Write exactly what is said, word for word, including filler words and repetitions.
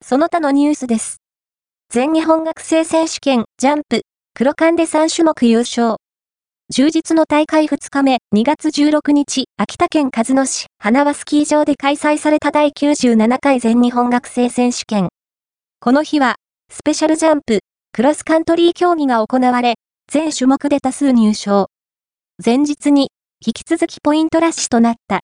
その他のニュースです。全日本学生選手権ジャンプ黒缶でさん種目優勝。充実の大会ふつかめ、にがつじゅうろくにち、秋田県鹿角市花輪スキー場で開催されただいきゅうじゅうななかい全日本学生選手権。この日は、スペシャルジャンプ、クロスカントリー競技が行われ、全種目で多数入賞。前日に、引き続きポイントラッシュとなった